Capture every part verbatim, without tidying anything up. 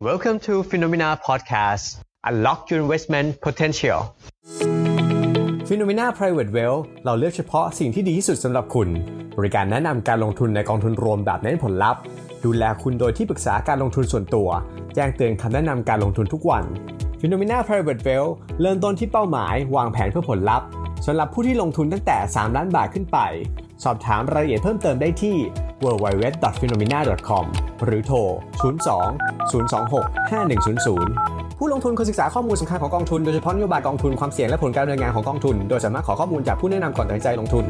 Welcome to Phenomena Podcast. Unlock your investment potential. Phenomena Private Wealth เราเลือกเฉพาะสิ่งที่ดีที่สุดสำหรับคุณบริการแนะนำการลงทุนในกองทุนรวมแบบเน้นผลลัพธ์ดูแลคุณโดยที่ปรึกษาการลงทุนส่วนตัวแจ้งเตือนคำแนะนำการลงทุนทุกวัน Phenomena Private Wealth เริ่มต้นที่เป้าหมายวางแผนเพื่อผลลัพธ์สำหรับผู้ที่ลงทุนตั้งแต่สามล้านบาทขึ้นไปสอบถามรายละเอียดเพิ่มเติมได้ที่ ดับเบิลยู ดับเบิลยู ดับเบิลยู ดอท phenomena ดอท คอม หรือโทร ศูนย์ สอง ศูนย์ สอง หก ห้า หนึ่ง ศูนย์ ศูนย์ ผู้ลงทุนควรศึกษาข้อมูลสำคัญของกองทุนโดยเฉพาะนโยบายกองทุนความเสี่ยงและผลการดำเนินงานของกองทุนโดยสามารถขอข้อมูลจากผู้แนะนำก่อนตัดสินใจลงทุน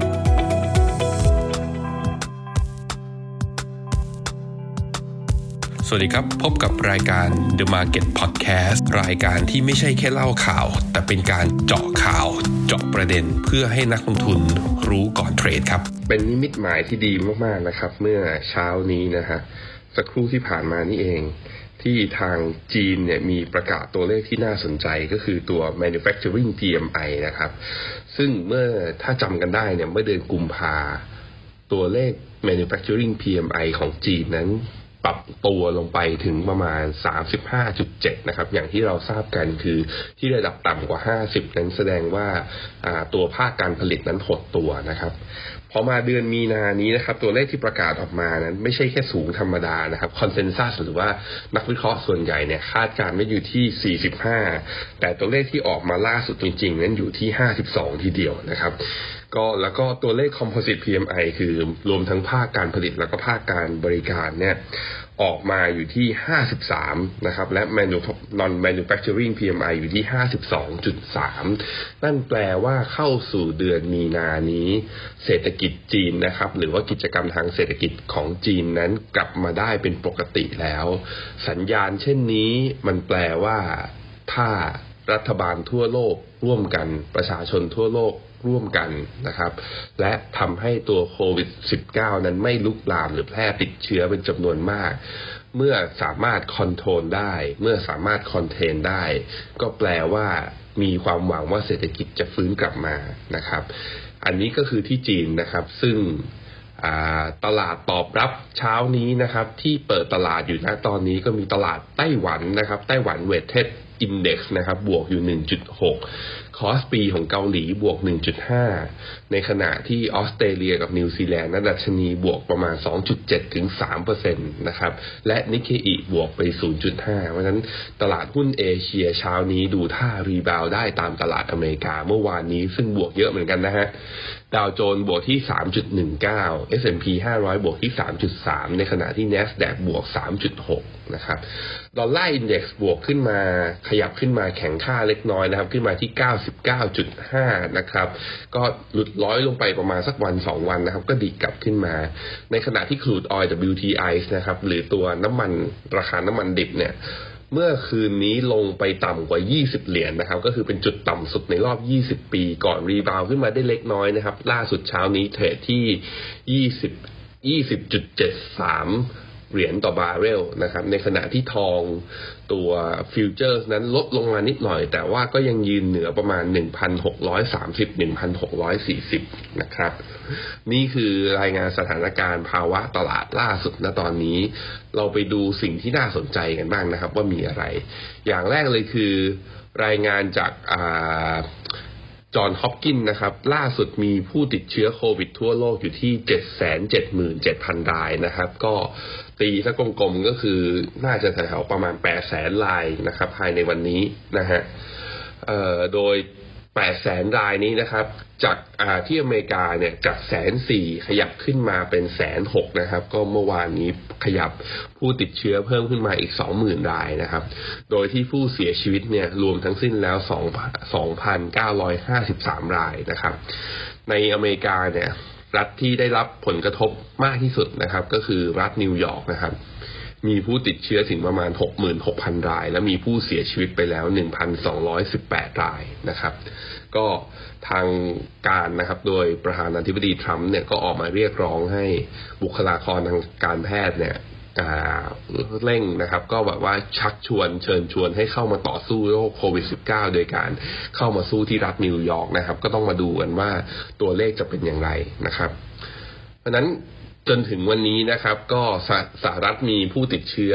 สวัสดีครับพบกับรายการ The Market Podcast รายการที่ไม่ใช่แค่เล่าข่าวแต่เป็นการเจาะข่าวเจาะประเด็นเพื่อให้นักลงทุนรู้ก่อนเทรดครับเป็นนิมิตหมายที่ดีมากๆนะครับเมื่อเช้านี้นะฮะสักครู่ที่ผ่านมานี่เองที่ทางจีนเนี่ยมีประกาศตัวเลขที่น่าสนใจก็คือตัว Manufacturing พี เอ็ม ไอ นะครับซึ่งเมื่อถ้าจำกันได้เนี่ยเมื่อเดือนกุมภาตัวเลข Manufacturing พี เอ็ม ไอ ของจีนนั้นปรับตัวลงไปถึงประมาณ สามสิบห้าจุดเจ็ด นะครับอย่างที่เราทราบกันคือที่ระดับต่ำกว่าห้าสิบนั้นแสดงว่าตัวภาคการผลิตนั้นหดตัวนะครับพอมาเดือนมีนานี้นะครับตัวเลขที่ประกาศออกมานั้นไม่ใช่แค่สูงธรรมดานะครับคอนเซนแซสหรือว่านักวิเคราะห์ส่วนใหญ่เนี่ยคาดการณ์ไว้อยู่ที่สี่สิบห้าแต่ตัวเลขที่ออกมาล่าสุดจริงๆนั้นอยู่ที่ห้าสิบสองทีเดียวนะครับก็แล้วก็ตัวเลข Composite พี เอ็ม ไอ คือรวมทั้งภาคการผลิตแล้วก็ภาคการบริการเนี่ยออกมาอยู่ที่ห้าสิบสามนะครับและ Non Manufacturing พี เอ็ม ไอ อยู่ที่ ห้าสิบสองจุดสาม นั่นแปลว่าเข้าสู่เดือนมีนานี้เศรษฐกิจจีนนะครับหรือว่ากิจกรรมทางเศรษฐกิจของจีนนั้นกลับมาได้เป็นปกติแล้วสัญญาณเช่นนี้มันแปลว่าถ้ารัฐบาลทั่วโลกร่วมกันประชาชนทั่วโลกร่วมกันนะครับและทำให้ตัวโควิด สิบเก้า นั้นไม่ลุกลามหรือแพร่ติดเชื้อเป็นจำนวนมากเมื่อสามารถคอนโทรลได้เมื่อสามารถคอนเทนได้ก็แปลว่ามีความหวังว่าเศรษฐกิจจะฟื้นกลับมานะครับอันนี้ก็คือที่จีนนะครับซึ่งตลาดตอบรับเช้านี้นะครับที่เปิดตลาดอยู่ณตอนนี้ก็มีตลาดไต้หวันนะครับไต้หวันเวทเทสอินเด็กซ์นะครับบวกอยู่ หนึ่งจุดหก คอสปีของเกาหลีบวก หนึ่งจุดห้า ในขณะที่ออสเตรเลียกับนิวซีแลนด์นั้นดัชนีบวกประมาณ สองจุดเจ็ด ถึง สามเปอร์เซ็นต์ นะครับและนิกเกอิบวกไป ศูนย์จุดห้า เพราะฉะนั้นตลาดหุ้นเอเชียเช้านี้ดูท่ารีบาวได้ตามตลาดอเมริกาเมื่อวานนี้ซึ่งบวกเยอะเหมือนกันนะฮะดาวโจนส์บวกที่ สามจุดหนึ่งเก้า เอส แอนด์ พี ห้าร้อยบวกที่ สามจุดสาม ในขณะที่ NASDAQ บวก สามจุดหก นะครับดอลลาร์อินเด็กซ์บวกขึ้นมาขยับขึ้นมาแข็งค่าเล็กน้อยนะครับขึ้นมาที่ เก้าสิบเก้าจุดห้า นะครับก็หลุดร้อยลงไปประมาณสักวันสองวันนะครับก็ดีดกลับขึ้นมาในขณะที่ Crude Oil ดับเบิลยู ที ไอ นะครับหรือตัวน้ำมันราคาน้ำมันดิบเนี่ยเมื่อคืนนี้ลงไปต่ำกว่ายี่สิบเหรียญ นะครับก็คือเป็นจุดต่ำสุดในรอบยี่สิบปีก่อนรีบาวขึ้นมาได้เล็กน้อยนะครับล่าสุดเช้านี้เทรดที่ยี่สิบ ยี่สิบจุดเจ็ดสามเหรียญต่อบาร์เรลนะครับในขณะที่ทองตัวฟิวเจอร์สนั้นลดลงมานิดหน่อยแต่ว่าก็ยังยืนเหนือประมาณ หนึ่งพันหกร้อยสามสิบ หนึ่งพันหกร้อยสี่สิบ นะครับนี่คือรายงานสถานการณ์ภาวะตลาดล่าสุดณตอนนี้เราไปดูสิ่งที่น่าสนใจกันบ้างนะครับว่ามีอะไรอย่างแรกเลยคือรายงานจากอ่าจอห์นฮอปกินส์นะครับล่าสุดมีผู้ติดเชื้อโควิดทั่วโลกอยู่ที่ เจ็ดแสนเจ็ดหมื่นเจ็ดพัน รายนะครับก็ตีถ้ากลมๆก็คือน่าจะแถวๆประมาณ แปดแสน รายนะครับภายในวันนี้นะฮะเอ่อโดยแปดแสนรายนี้นะครับจากอ่าที่อเมริกาเนี่ยจาก หนึ่งแสนสี่หมื่น ขยับขึ้นมาเป็น หนึ่งแสนหกหมื่น นะครับก็เมื่อวานนี้ขยับผู้ติดเชื้อเพิ่มขึ้นมาอีก สองหมื่น รายนะครับโดยที่ผู้เสียชีวิตเนี่ยรวมทั้งสิ้นแล้ว สองพันเก้าร้อยห้าสิบสาม รายนะครับในอเมริกาเนี่ยรัฐที่ได้รับผลกระทบมากที่สุดนะครับก็คือรัฐนิวยอร์กนะครับมีผู้ติดเชื้อถึงประมาณ หกหมื่นหกพัน รายและมีผู้เสียชีวิตไปแล้ว หนึ่งพันสองร้อยสิบแปด รายนะครับก็ทางการนะครับโดยประธานาธิบดีทรัมป์เนี่ยก็ออกมาเรียกร้องให้บุคลากรทางการแพทย์เนี่ยเร่งนะครับก็แบบว่าชักชวนเชิญชวนให้เข้ามาต่อสู้โรคโควิด สิบเก้า โดยการเข้ามาสู้ที่รัฐนิวยอร์กนะครับก็ต้องมาดูกันว่าตัวเลขจะเป็นอย่างไรนะครับเพราะนั้น จนถึงวันนี้นะครับก็สหรัฐมีผู้ติดเชื้อ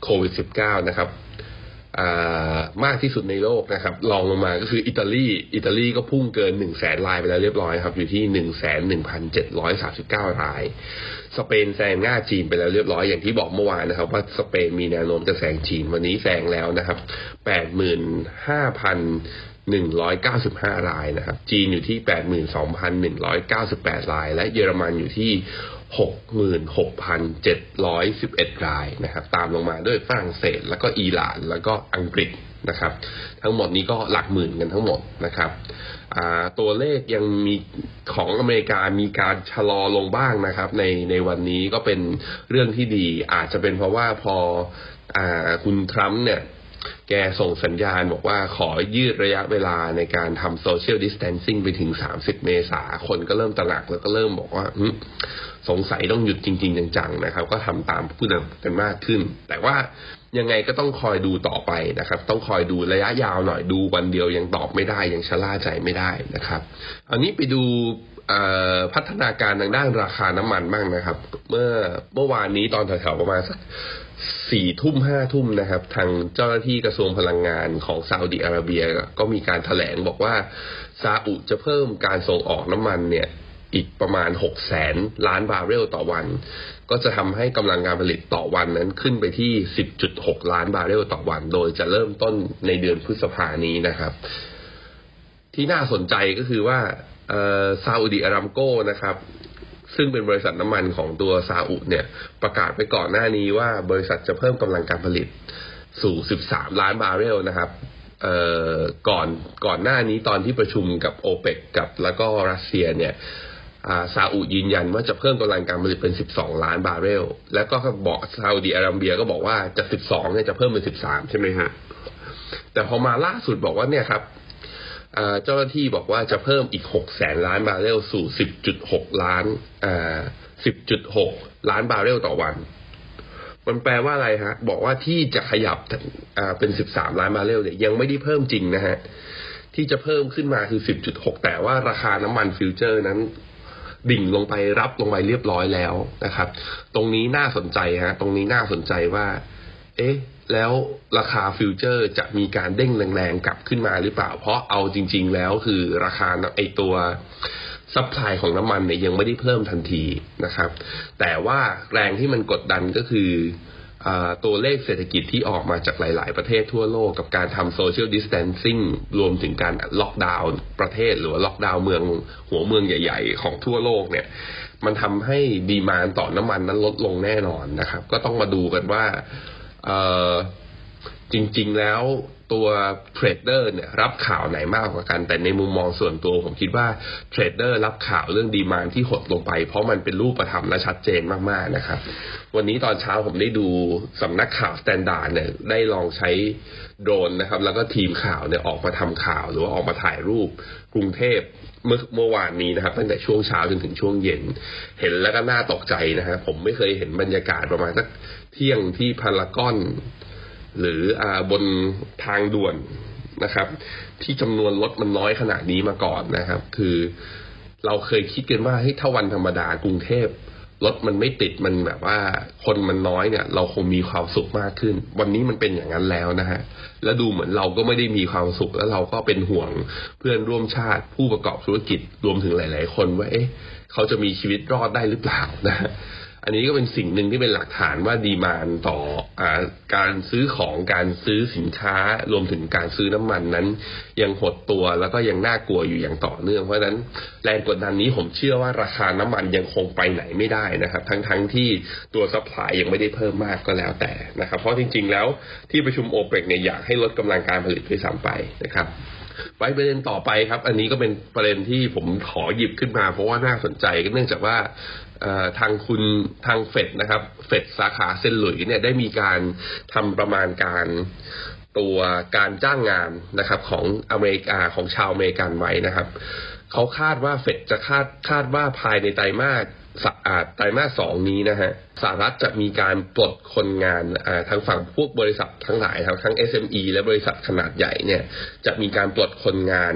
โควิด สิบเก้า นะครับมากที่สุดในโลกนะครับรองลงมาก็คืออิตาลีอิตาลีก็พุ่งเกิน หนึ่งแสน รายไปแล้วเรียบร้อยครับอยู่ที่ หนึ่งแสนหนึ่งพันเจ็ดร้อยสามสิบเก้า รายสเปนแซงหน้าจีนไปแล้วเรียบร้อยอย่างที่บอกเมื่อวานนะครับว่าสเปนมีแนวโน้มจะแซงจีนวันนี้แซงแล้วนะครับ แปดหมื่นห้าพันหนึ่งร้อยเก้าสิบห้า รายนะครับจีนอยู่ที่ แปดหมื่นสองพันหนึ่งร้อยเก้าสิบแปด รายและเยอรมันอยู่ที่ หกหมื่นหกพันเจ็ดร้อยสิบเอ็ด รายนะครับตามลงมาด้วยฝรั่งเศสแล้วก็อิหร่านแล้วก็อังกฤษนะครับทั้งหมดนี้ก็หลักหมื่นกันทั้งหมดนะครับตัวเลขยังมีของอเมริกามีการชะลอลงบ้างนะครับในในวันนี้ก็เป็นเรื่องที่ดีอาจจะเป็นเพราะว่าพออาคุณทรัมป์เนี่ยแกส่งสัญญาณบอกว่าขอยืดระยะเวลาในการทำโซเชียลดิสแทนซิ่งไปถึงสามสิบเมษายนคนก็เริ่มตระหนักแล้วก็เริ่มบอกว่าสงสัยต้องหยุดจริงๆจังๆนะครับก็ทำตามผู้นำกันมากขึ้นแต่ว่ายังไงก็ต้องคอยดูต่อไปนะครับต้องคอยดูระยะยาวหน่อยดูวันเดียวยังตอบไม่ได้ยังชะล่าใจไม่ได้นะครับอันนี้ไปดูพัฒนาการทางด้านราคาน้ำมันบ้างนะครับเมื่อเมื่อวานนี้ตอนแถวๆประมาณสักสี่ทุ่มห้าทุ่มนะครับทางเจ้าหน้าที่กระทรวงพลังงานของซาอุดิอาระเบียก็มีการแถลงบอกว่าซาอุจะเพิ่มการส่งออกน้ำมันเนี่ยอีกประมาณหกแสนล้านบาร์เรลต่อวันก็จะทำให้กำลังการผลิตต่อวันนั้นขึ้นไปที่ สิบจุดหก ล้านบาร์เรลต่อวันโดยจะเริ่มต้นในเดือนพฤษภาคมนี้นะครับที่น่าสนใจก็คือว่าซาอุดิอารามโกนะครับซึ่งเป็นบริษัทน้ำมันของตัวซาอุเนี่ยประกาศไปก่อนหน้านี้ว่าบริษัทจะเพิ่มกำลังการผลิตสู่สิบสามล้านบาร์เรลนะครับเอ่อก่อนก่อนหน้านี้ตอนที่ประชุมกับโอเปกกับแล้วก็รัสเซียเนี่ยซาอุยืนยันว่าจะเพิ่มกำลังการผลิตเป็นสิบสองล้านบาร์เรลแล้วก็บอกซาอุดิอาระเบียก็บอกว่าจากสิบสองเนี่ยจะเพิ่มเป็นสิบสามใช่ไหมฮะแต่พอมาล่าสุดบอกว่าเนี่ยครับเจ้าหน้าที่บอกว่าจะเพิ่มอีกหกแสนล้านบาร์เรลสู่ สิบจุดหก ล้านอ่า สิบจุดหก ล้านบาร์เรลต่อวันมันแปลว่าอะไรฮะบอกว่าที่จะขยับอ่าเป็นสิบสามล้านบาร์เรลเนี่ยยังไม่ได้เพิ่มจริงนะฮะที่จะเพิ่มขึ้นมาคือ สิบจุดหก แต่ว่าราคาน้ำมันฟิวเจอร์นั้นดิ่งลงไปรับลงไปเรียบร้อยแล้วนะครับตรงนี้น่าสนใจฮะตรงนี้น่าสนใจว่าเอ๊ะแล้วราคาฟิวเจอร์จะมีการเด้งแรงๆกลับขึ้นมาหรือเปล่าเพราะเอาจริงๆแล้วคือราคาไอตัวซัพพลายของน้ำมันเนี่ยยังไม่ได้เพิ่มทันทีนะครับแต่ว่าแรงที่มันกดดันก็คือตัวเลขเศรษฐกิจที่ออกมาจากหลายๆประเทศทั่วโลกกับการทำโซเชียลดิสแทนซิ่งรวมถึงการล็อกดาวน์ประเทศหรือว่าล็อกดาวน์เมืองหัวเมืองใหญ่ๆของทั่วโลกเนี่ยมันทำให้ดีมานด์ต่อน้ำมันนั้นลดลงแน่นอนนะครับก็ต้องมาดูกันว่าจริงๆแล้วตัวเทรดเดอร์เนี่ยรับข่าวไหนมากกว่ากันแต่ในมุมมองส่วนตัวผมคิดว่าเทรดเดอร์รับข่าวเรื่องดีมานด์ที่หดลงไปเพราะมันเป็นรูปธรรมและชัดเจนมากๆนะครับวันนี้ตอนเช้าผมได้ดูสำนักข่าวสแตนดาร์ดเนี่ยได้ลองใช้โดรนนะครับแล้วก็ทีมข่าวเนี่ยออกมาทำข่าวหรือว่าออกมาถ่ายรูปกรุงเทพเมื่อเมื่อวานนี้นะครับตั้งแต่ช่วงเช้าจนถึงช่วงเย็นเห็นแล้วก็น่าตกใจนะฮะผมไม่เคยเห็นบรรยากาศประมาณสักเที่ยงที่พารากอนหรืออ่าบนทางด่วนนะครับที่จำนวนรถมันน้อยขนาดนี้มาก่อนนะครับคือเราเคยคิดกันว่าเฮ้ยถ้าวันธรรมดากรุงเทพรถมันไม่ติดมันแบบว่าคนมันน้อยเนี่ยเราคงมีความสุขมากขึ้นวันนี้มันเป็นอย่างนั้นแล้วนะฮะแล้วดูเหมือนเราก็ไม่ได้มีความสุขแล้วเราก็เป็นห่วงเพื่อนร่วมชาติผู้ประกอบธุรกิจรวมถึงหลายๆคนว่าเอ๊ะเขาจะมีชีวิตรอดได้หรือเปล่านะอันนี้ก็เป็นสิ่งหนึ่งที่เป็นหลักฐานว่าดีมานด์ต่ออ่าการซื้อของการซื้อสินค้ารวมถึงการซื้อน้ำมันนั้นยังหดตัวแล้วก็ยังน่ากลัวอยู่อย่างต่อเนื่องเพราะฉะนั้นแรงกดดันนี้ผมเชื่อว่าราคาน้ำมันยังคงไปไหนไม่ได้นะครับทั้งๆ ท, ที่ตัวซัพพลายยังไม่ได้เพิ่มมากก็แล้วแต่นะครับเพราะจริงๆแล้วที่ประชุมโอเปกเนี่ยอยากให้ลดกำลังการผลิตด้วยซ้ำไปนะครับไปประเด็นต่อไปครับอันนี้ก็เป็นประเด็นที่ผมขอหยิบขึ้นมาเพราะว่าน่าสนใจก็เนื่องจากว่าทางคุณทางเฟดนะครับเฟดสาขาเซนต์หลุยส์เนี่ยได้มีการทำประมาณการตัวการจ้างงานนะครับของอเมริกาของชาวอเมริกันไว้นะครับเขาคาดว่าเฟดจะคาดคาดว่าภายในไตรมาสไตรมาสสองนี้นะฮะสหรัฐจะมีการปลดคนงานทางฝั่งพวกบริษัททั้งหลายทั้ง เอส เอ็ม อี และบริษัทขนาดใหญ่เนี่ยจะมีการปลดคนงาน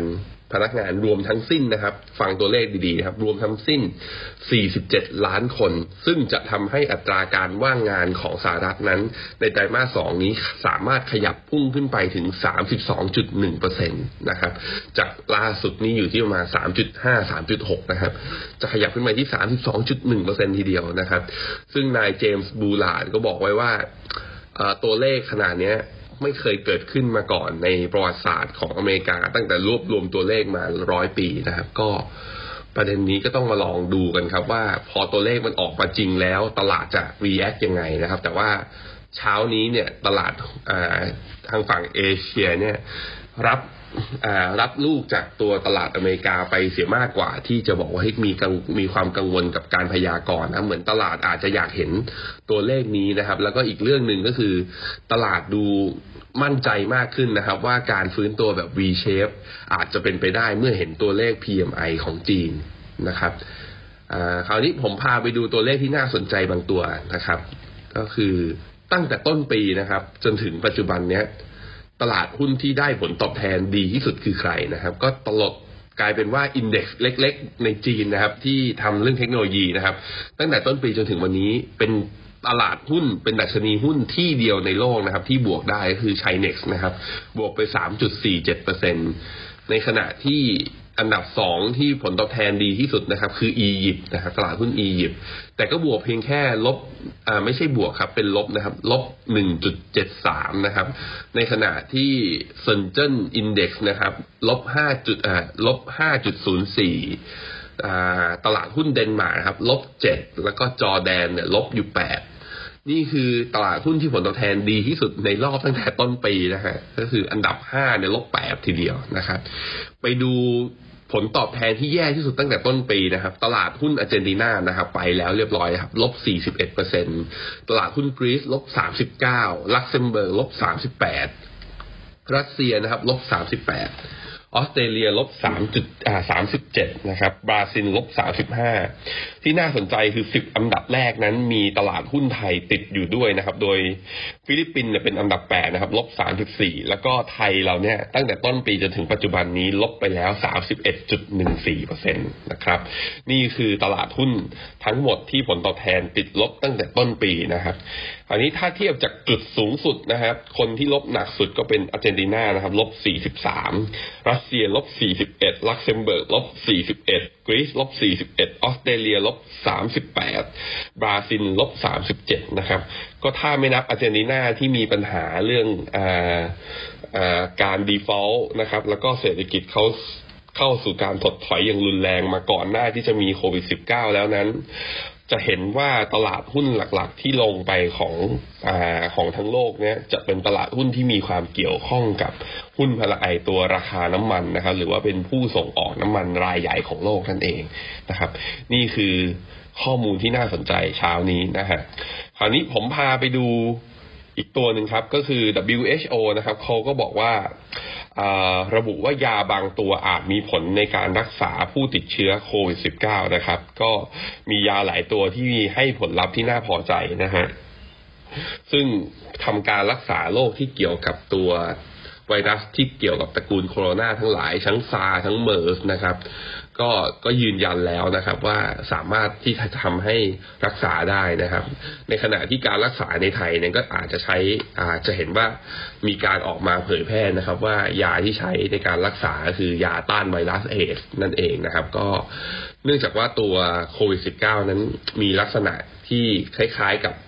พนักงานรวมทั้งสิ้นนะครับฟังตัวเลขดีๆนะครับรวมทั้งสิ้นสี่สิบเจ็ดล้านคนซึ่งจะทำให้อัตราการว่างงานของสหรัฐนั้นในไตรมาสสองนี้สามารถขยับพุ่งขึ้นไปถึง สามสิบสองจุดหนึ่งเปอร์เซ็นต์ นะครับจากล่าสุดนี้อยู่ที่ประมาณ สามจุดห้า สามจุดหก นะครับจะขยับขึ้นไปที่ สามสิบสองจุดหนึ่งเปอร์เซ็นต์ ทีเดียวนะครับซึ่งนายเจมส์บูลาร์ดก็บอกไว้ว่าตัวเลขขนาดนี้ไม่เคยเกิดขึ้นมาก่อนในประวัติศาสตร์ของอเมริกาตั้งแต่รวบรวมตัวเลขมาร้อยปีนะครับก็ประเด็นนี้ก็ต้องมาลองดูกันครับว่าพอตัวเลขมันออกมาจริงแล้วตลาดจะ react ยังไงนะครับแต่ว่าเช้านี้เนี่ยตลาดทางฝั่งเอเชียเนี่ยรับรับลูกจากตัวตลาดอเมริกาไปเสียมากกว่าที่จะบอกว่าให้มีมีความกังวลกับการพยากรณ์นะเหมือนตลาดอาจจะอยากเห็นตัวเลขนี้นะครับแล้วก็อีกเรื่องหนึ่งก็คือตลาดดูมั่นใจมากขึ้นนะครับว่าการฟื้นตัวแบบ V shape อาจจะเป็นไปได้เมื่อเห็นตัวเลข พี เอ็ม ไอ ของจีนนะครับคราวนี้ผมพาไปดูตัวเลขที่น่าสนใจบางตัวนะครับก็คือตั้งแต่ต้นปีนะครับจนถึงปัจจุบันเนี้ยตลาดหุ้นที่ได้ผลตอบแทนดีที่สุดคือใครนะครับก็ตลกกลายเป็นว่าอินเด็กซ์เล็กๆในจีนนะครับที่ทำเรื่องเทคโนโลยีนะครับตั้งแต่ต้นปีจนถึงวันนี้เป็นตลาดหุ้นเป็นดัชนีหุ้นที่เดียวในโลกนะครับที่บวกได้ก็คือ Chinex นะครับบวกไป สามจุดสี่เจ็ดเปอร์เซ็นต์ ในขณะที่อันดับสองที่ผลตอบแทนดีที่สุดนะครับคืออียิปต์นะครับตลาดหุ้นอียิปต์แต่ก็บวกเพียงแค่ลบอ่าไม่ใช่บวกครับเป็นลบนะครับลบ หนึ่งจุดเจ็ดสาม นะครับในขณะที่เซินเจิ้นอินเด็กซ์นะครับลบห้าจุดอ่าลบ ห้าจุดศูนย์สี่ อ่าตลาดหุ้นเดนมาร์กครับลบเจ็ดแล้วก็จอร์แดนเนี่ยลบอยู่แปดนี่คือตลาดหุ้นที่ผลตอบแทนดีที่สุดในรอบตั้งแต่ต้นปีนะฮะก็คืออันดับห้าเนี่ยลบแปดทีเดียวนะครับไปดูผลตอบแทนที่แย่ที่สุดตั้งแต่ต้นปีนะครับตลาดหุ้นอาร์เจนตินานะครับไปแล้วเรียบร้อยครับลบ สี่สิบเอ็ดเปอร์เซ็นต์ ตลาดหุ้นกรีซลบสามสิบเก้าลักเซมเบิร์กลบสามสิบแปดรัสเซียนะครับลบสามสิบแปดออสเตรเลียลบสามจุดอ่าสามสิบเจ็ดนะครับบราซิลลบสามสิบห้าที่น่าสนใจคือสิบอันดับแรกนั้นมีตลาดหุ้นไทยติดอยู่ด้วยนะครับโดยฟิลิปปินส์เนี่ยเป็นอันดับแปดนะครับลบสามสิบสี่แล้วก็ไทยเราเนี่ยตั้งแต่ต้นปีจนถึงปัจจุบันนี้ลบไปแล้ว สามสิบเอ็ดจุดหนึ่งสี่เปอร์เซ็นต์ นะครับนี่คือตลาดหุ้นทั้งหมดที่ผลตอบแทนติดลบตั้งแต่ต้นปีนะครับอันนี้ถ้าเทียบจากจุดสูงสุดนะครับคนที่ลบหนักสุดก็เป็นอาร์เจนตินานะครับลบสี่สิบสามรัสเซียลบสี่สิบเอ็ดลักเซมเบิร์กลบสี่สิบเอ็ดกรีซลบสี่สิบเอ็ดออสเตรเลียลบสามสิบแปดบราซิลลบสามสิบเจ็ดนะครับก็ถ้าไม่นับอาร์เจนตินาที่มีปัญหาเรื่องอ่าอ่าการ default นะครับแล้วก็เศรษฐกิจเขาเข้าสู่การถดถอยอย่างรุนแรงมาก่อนหน้าที่จะมีโควิด สิบเก้า แล้วนั้นจะเห็นว่าตลาดหุ้นหลักๆที่ลงไปของอ่าของทั้งโลกเนี่ยจะเป็นตลาดหุ้นที่มีความเกี่ยวข้องกับหุ้นพละไอตัวราคาน้ำมันนะครับหรือว่าเป็นผู้ส่งออกน้ำมันรายใหญ่ของโลกนั่นเองนะครับนี่คือข้อมูลที่น่าสนใจเช้านี้นะฮะคราวนี้ผมพาไปดูอีกตัวหนึ่งครับก็คือ ดับเบิลยู เอช โอ นะครับเขาก็บอกว่าระบุว่ายาบางตัวอาจมีผลในการรักษาผู้ติดเชื้อโควิด สิบเก้า นะครับก็มียาหลายตัวที่ให้ผลลัพธ์ที่น่าพอใจนะฮะซึ่งทำการรักษาโรคที่เกี่ยวกับตัวไวรัสที่เกี่ยวกับตระกูลโคโรนาทั้งหลายทั้งซาร์ทั้งเมอร์สนะครับก็ก็ยืนยันแล้วนะครับว่าสามารถที่จะทำให้รักษาได้นะครับในขณะที่การรักษาในไทยเนี่ยก็อาจจะใช้อาจจะเห็นว่ามีการออกมาเผยแพร่นะครับว่ายาที่ใช้ในการรักษาคือยาต้านไวรัสเอดส์นั่นเองนะครับก็เนื่องจากว่าตัวโควิด สิบเก้า นั้นมีลักษณะที่คล้ายๆกับ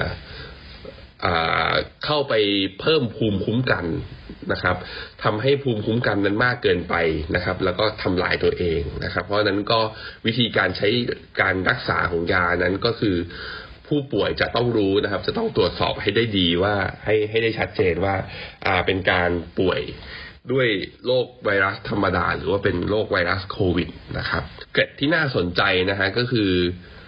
เข้าไปเพิ่มภูมิคุ้มกันนะครับทำให้ภูมิคุ้มกันนั้นมากเกินไปนะครับแล้วก็ทำลายตัวเองนะครับเพราะนั้นก็วิธีการใช้การรักษาของยานั้นก็คือผู้ป่วยจะต้องรู้นะครับจะต้องตรวจสอบให้ได้ดีว่าให้ให้ได้ชัดเจนว่าอ่าเป็นการป่วยด้วยโรคไวรัสธรรมดาหรือว่าเป็นโรคไวรัสโควิดนะครับเกร็ดที่น่าสนใจนะฮะก็คือ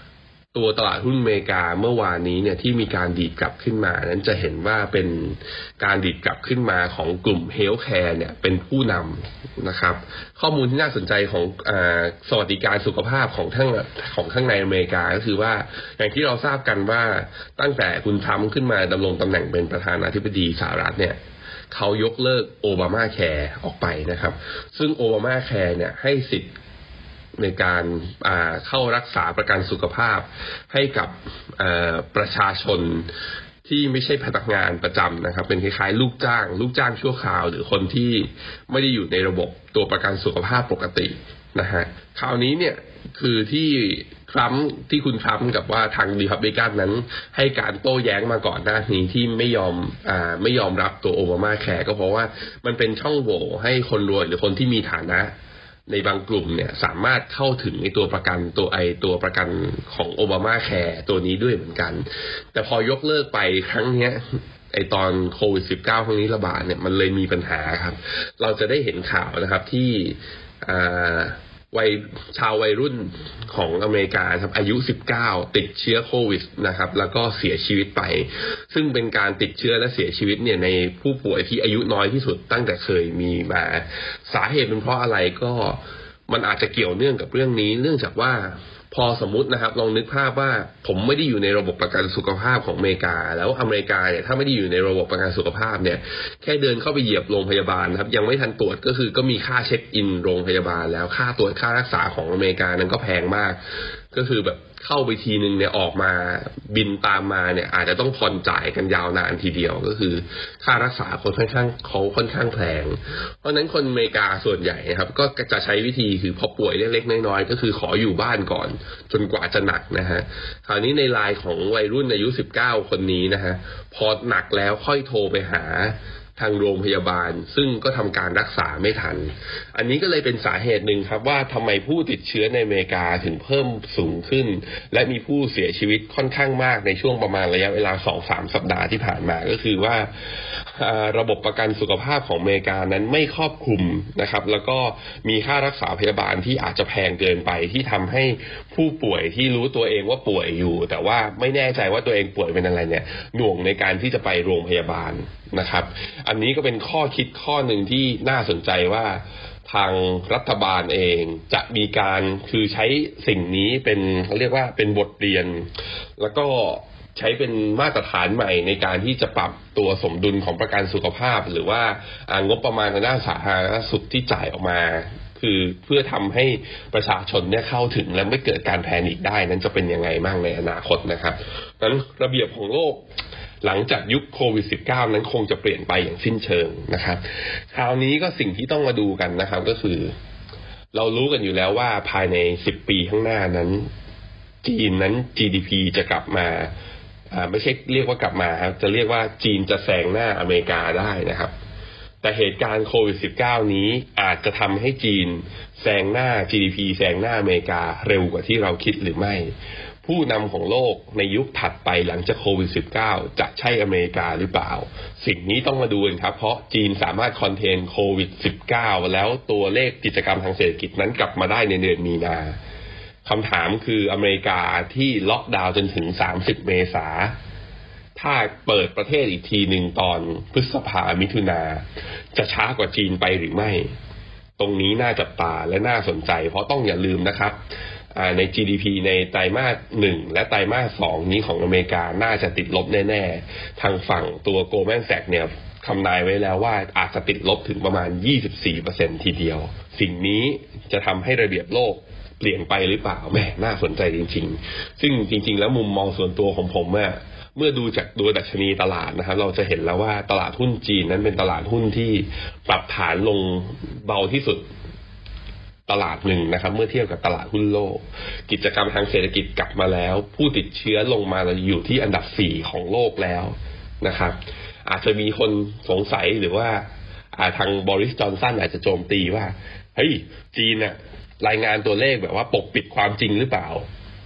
ตัวตลาดหุ้นอเมริกาเมื่อวานนี้เนี่ยที่มีการดีดกลับขึ้นมานั้นจะเห็นว่าเป็นการดีดกลับขึ้นมาของกลุ่มเฮลท์แคร์เนี่ยเป็นผู้นำนะครับข้อมูลที่น่าสนใจของอ่าสวัสดิการสุขภาพของทั้งของข้างในอเมริกาก็คือว่าอย่างที่เราทราบกันว่าตั้งแต่คุณทรัมป์ขึ้นมาดำรงตำแหน่งเป็นประธานาธิบดีสหรัฐเนี่ยเขายกเลิกโอบามาแคร์ออกไปนะครับซึ่งโอบามาแคร์เนี่ยให้สิทธิ์ในการเข้ารักษาประกันสุขภาพให้กับประชาชนที่ไม่ใช่พนักงานประจำนะครับเป็นคล้ายๆลูกจ้างลูกจ้างชั่วคราวหรือคนที่ไม่ได้อยู่ในระบบตัวประกันสุขภาพปกตินะฮะคราวนี้เนี่ยคือที่ทรัมป์ที่คุณทรัมป์กับว่าทางรีพับลิกันนั้นให้การโต้แย้งมาก่อนหน้านี้ที่ไม่ยอมอ่าไม่ยอมรับตัวโอบามาแคร์ก็เพราะว่ามันเป็นช่องโหว่ให้คนรวยหรือคนที่มีฐานะในบางกลุ่มเนี่ยสามารถเข้าถึงในตัวประกันตัวไอตัวประกันของโอบามาแคร์ตัวนี้ด้วยเหมือนกันแต่พอยกเลิกไปครั้งเนี้ยไอตอนโควิด สิบเก้า ครั้งนี้ระบาดเนี่ยมันเลยมีปัญหาครับเราจะได้เห็นข่าวนะครับที่อ่าวัยชาววัยรุ่นของอเมริกาครับอายุสิบเก้าติดเชื้อโควิดนะครับแล้วก็เสียชีวิตไปซึ่งเป็นการติดเชื้อและเสียชีวิตเนี่ยในผู้ป่วยที่อายุน้อยที่สุดตั้งแต่เคยมีมาสาเหตุเป็นเพราะอะไรก็มันอาจจะเกี่ยวเนื่องกับเรื่องนี้เนื่องจากว่าพอสมมุตินะครับลองนึกภาพว่าผมไม่ได้อยู่ในระบบประกันสุขภาพของอเมริกาแล้วอเมริกาเนี่ยถ้าไม่ได้อยู่ในระบบประกันสุขภาพเนี่ยแค่เดินเข้าไปเหยียบโรงพยาบาลครับยังไม่ทันตรวจก็คือก็มีค่าเช็คอินโรงพยาบาลแล้วค่าตรวจค่ารักษาของอเมริกานั้นก็แพงมากก็คือแบบเข้าไปทีนึงเนี่ยออกมาบินตามมาเนี่ยอาจจะต้องผ่อนจ่ายกันยาวนานทีเดียวก็คือค่ารักษาคนค่อนข้างเขาค่อนข้างแพงเพราะนั้นคนอเมริกาส่วนใหญ่ครับก็จะใช้วิธีคือพอป่วยเล็กๆน้อยๆก็คือขออยู่บ้านก่อนจนกว่าจะหนักนะฮะคราวนี้ในไลน์ของวัยรุ่นอายุสิบเก้าคนนี้นะฮะพอหนักแล้วค่อยโทรไปหาทางโรงพยาบาลซึ่งก็ทำการรักษาไม่ทันอันนี้ก็เลยเป็นสาเหตุหนึ่งครับว่าทำไมผู้ติดเชื้อในอเมริกาถึงเพิ่มสูงขึ้นและมีผู้เสียชีวิตค่อนข้างมากในช่วงประมาณระยะเวลา สองถึงสาม สัปดาห์ที่ผ่านมาก็คือว่าระบบประกันสุขภาพของอเมริกานั้นไม่ครอบคลุมนะครับแล้วก็มีค่ารักษาพยาบาลที่อาจจะแพงเกินไปที่ทำให้ผู้ป่วยที่รู้ตัวเองว่าป่วยอยู่แต่ว่าไม่แน่ใจว่าตัวเองป่วยเป็นอะไรเนี่ยหน่วงในการที่จะไปโรงพยาบาลนะครับอันนี้ก็เป็นข้อคิดข้อหนึ่งที่น่าสนใจว่าทางรัฐบาลเองจะมีการคือใช้สิ่งนี้เป็นเขาเรียกว่าเป็นบทเรียนแล้วก็ใช้เป็นมาตรฐานใหม่ในการที่จะปรับตัวสมดุลของประกันสุขภาพหรือว่างบประมาณทางด้านสาธารณสุขที่จ่ายออกมาคือเพื่อทำให้ประชาชนเนี่ยเข้าถึงและไม่เกิดการแพนิคได้นั้นจะเป็นยังไงบ้างในอนาคตนะครับนั้นระเบียบของโลกหลังจากยุคโควิด สิบเก้า นั้นคงจะเปลี่ยนไปอย่างสิ้นเชิงนะครับคราวนี้ก็สิ่งที่ต้องมาดูกันนะครับก็คือเรารู้กันอยู่แล้วว่าภายในสิบปีข้างหน้านั้นจีนนั้น จี ดี พี จะกลับมาอ่าไม่ใช่เรียกว่ากลับมาครับจะเรียกว่าจีนจะแซงหน้าอเมริกาได้นะครับแต่เหตุการณ์โควิด สิบเก้า นี้อาจจะทำให้จีนแซงหน้า จี ดี พี แซงหน้าอเมริกาเร็วกว่าที่เราคิดหรือไม่ผู้นำของโลกในยุคถัดไปหลังจากโควิด สิบเก้า จะใช่อเมริกาหรือเปล่าสิ่งนี้ต้องมาดูกันครับเพราะจีนสามารถคอนเทนโควิด สิบเก้า แล้วตัวเลขกิจกรรมทางเศรษฐกิจนั้นกลับมาได้ในเดือนมีนาคำถามคืออเมริกาที่ล็อกดาวน์จนถึงสามสิบเมษายนถ้าเปิดประเทศอีกทีหนึ่งตอนพฤษภามิถุนาจะช้ากว่าจีนไปหรือไม่ตรงนี้น่าจับตาและน่าสนใจเพราะต้องอย่าลืมนะครับใน จี ดี พี ในไตรมาสหนึ่งและไตรมาสสองนี้ของอเมริกาน่าจะติดลบแน่ๆทางฝั่งตัว Goldman Sachs เนี่ยคำนายไว้แล้วว่าอาจจะติดลบถึงประมาณ ยี่สิบสี่เปอร์เซ็นต์ ทีเดียวสิ่งนี้จะทำให้ระเบียบโลกเปลี่ยนไปหรือเปล่าแม่น่าสนใจจริงๆซึ่งจริงๆแล้วมุมมองส่วนตัวของผมเนี่ยเมื่อดูจากตัวดัชนีตลาดนะครับเราจะเห็นแล้วว่าตลาดหุ้นจีนนั้นเป็นตลาดหุ้นที่ปรับฐานลงเบาที่สุดตลาดหนึ่งนะครับเมื่อเทียบกับตลาดหุ้นโลกกิจกรรมทางเศรษฐกิจกลับมาแล้วผู้ติดเชื้อลงมาอยู่ที่อันดับสี่ของโลกแล้วนะครับอาจจะมีคนสงสัยหรือว่าทางบริส จอนสันอาจจะโจมตีว่าเฮ้ยจีนน่ะรายงานตัวเลขแบบว่าปกปิดความจริงหรือเปล่า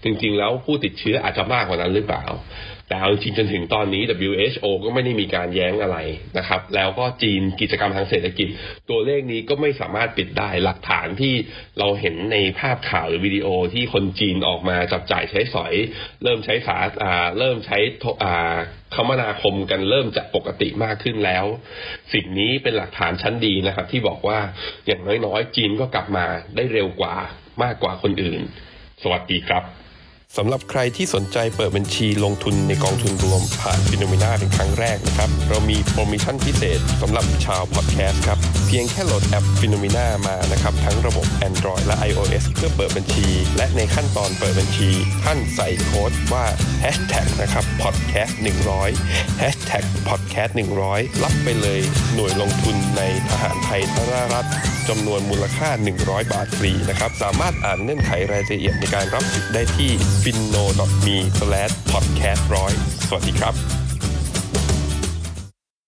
จริงๆแล้วผู้ติดเชื้ออาจจะมากกว่านั้นหรือเปล่าแต่เอาจริงจนถึงตอนนี้ ดับเบิลยู เอช โอ ก็ไม่ได้มีการแย้งอะไรนะครับแล้วก็จีนกิจกรรมทางเศรษฐกิจตัวเลขนี้ก็ไม่สามารถปิดได้หลักฐานที่เราเห็นในภาพข่าวหรือวิดีโอที่คนจีนออกมาจับจ่ายใช้สอยเริ่มใช้สาอ่าเริ่มใช้อ่าคมนาคมกันเริ่มจะปกติมากขึ้นแล้วสิ่งนี้เป็นหลักฐานชั้นดีนะครับที่บอกว่าอย่างน้อยๆจีนก็กลับมาได้เร็วกว่ามากกว่าคนอื่นสวัสดีครับสำหรับใครที่สนใจเปิดบัญชีลงทุนในกองทุนรวมผ่าน Phenomena เป็นครั้งแรกนะครับเรามีโปรโมชั่นพิเศษสำหรับชาวพอดแคสต์ครับเพียงแค่โหลดแอป Phenomena มานะครับทั้งระบบ Android และ iOS เพื่อเปิดบัญชีและในขั้นตอนเปิดบัญชีท่านใส่โค้ดว่า แฮชแท็ก นะครับ พอดแคสต์ หนึ่งร้อย แฮชแท็ก พอดแคสต์ หนึ่งร้อย รับไปเลยหน่วยลงทุนในทหารไทยธนรัฐจำนวนมูลค่าหนึ่งร้อยบาทฟรีนะครับสามารถอ่านเงื่อนไขรายละเอียดในการรับสิทธิ์ได้ที่ ฟินโน ดอท มี สแลช พอดแคสต์ หนึ่งร้อย สวัสดีครับ